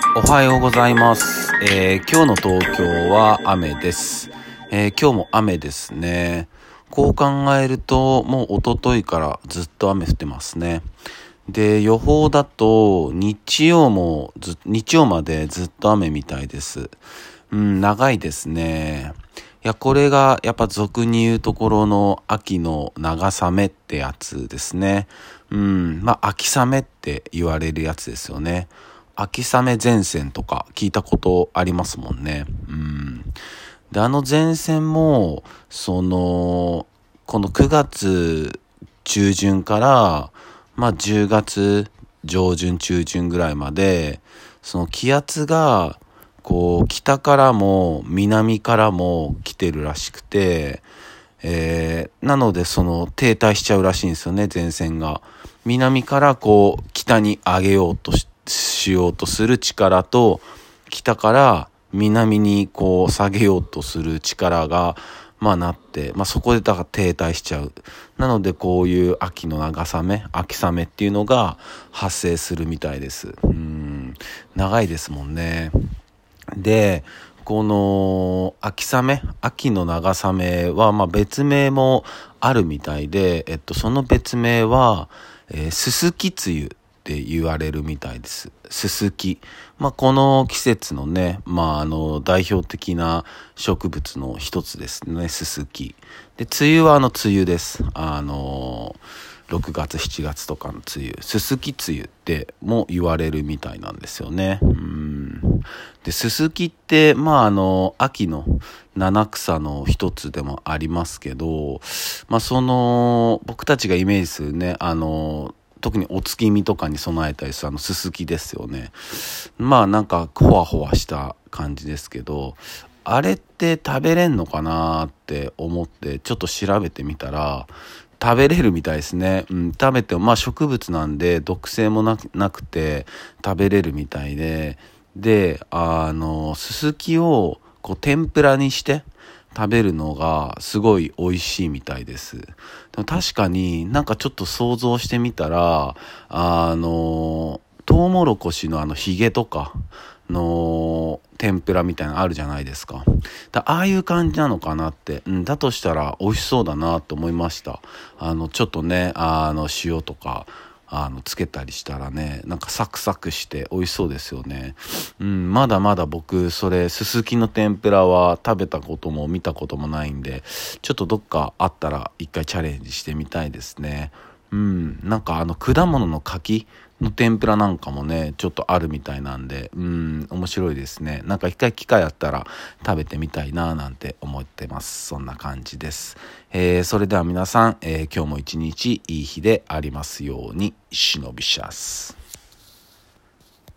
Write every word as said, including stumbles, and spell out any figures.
おはようございます、えー、今日の東京は雨です、えー、今日も雨ですね。こう考えるともう一昨日からずっと雨降ってますね。で、予報だと日曜もず日曜までずっと雨みたいです。うん、長いですね。いや、これがやっぱ俗に言うところの秋の長雨ってやつですね。うん、まあ秋雨って言われるやつですよね。秋雨前線とか聞いたことありますもんね。うん。で、あの前線も、その、このくがつ中旬から、まあじゅうがつ上旬中旬ぐらいまで、その気圧が、こう、北からも南からも来てるらしくて、えー、なのでその停滞しちゃうらしいんですよね、前線が。南からこう、北に上げようとし、しようとする力と、北から南にこう下げようとする力が、まあなって、まあそこでだから停滞しちゃう。なのでこういう秋の長雨、秋雨っていうのが発生するみたいです。うん、長いですもんね。で、この秋雨、秋の長雨はまあ別名もあるみたいで、えっとその別名は、えー、すすき梅雨って言われるみたいです。すすき。まあこの季節のね、まああの代表的な植物の一つですね、すすき。で、梅雨はあの梅雨です。あのろくがつしちがつとかの梅雨、すすき梅雨っても言われるみたいなんですよね。うんで、すすきって、まあ、あの、秋の七草の一つでもありますけど、まあ、その、僕たちがイメージするね、あの、特にお月見とかに備えたりするあのすすきですよね。まあ、なんか、ほわほわした感じですけど、あれって食べれんのかなって思って、ちょっと調べてみたら、食べれるみたいですね。うん、食べても、まあ植物なんで毒性もなく、なくて食べれるみたいで、で、あの、すすきをこう天ぷらにして食べるのがすごい美味しいみたいです。でも確かになんかちょっと想像してみたら、あの、トウモロコシのあのヒゲとかの天ぷらみたいなのあるじゃないですか。だああいう感じなのかなって、うん、だとしたら美味しそうだなと思いました。あの、ちょっとね、あの、塩とか、あのつけたりしたらね、なんかサクサクして美味しそうですよね。うん、まだまだ僕それすすきの天ぷらは食べたことも見たこともないんで、ちょっとどっかあったら一回チャレンジしてみたいですね。うん、なんかあの果物の柿の天ぷらなんかもね、ちょっとあるみたいなんで、うん、面白いですね。なんか一回機会あったら食べてみたいななんて思ってます。そんな感じです。えー、それでは皆さん、えー、今日も一日いい日でありますように。忍びシャス。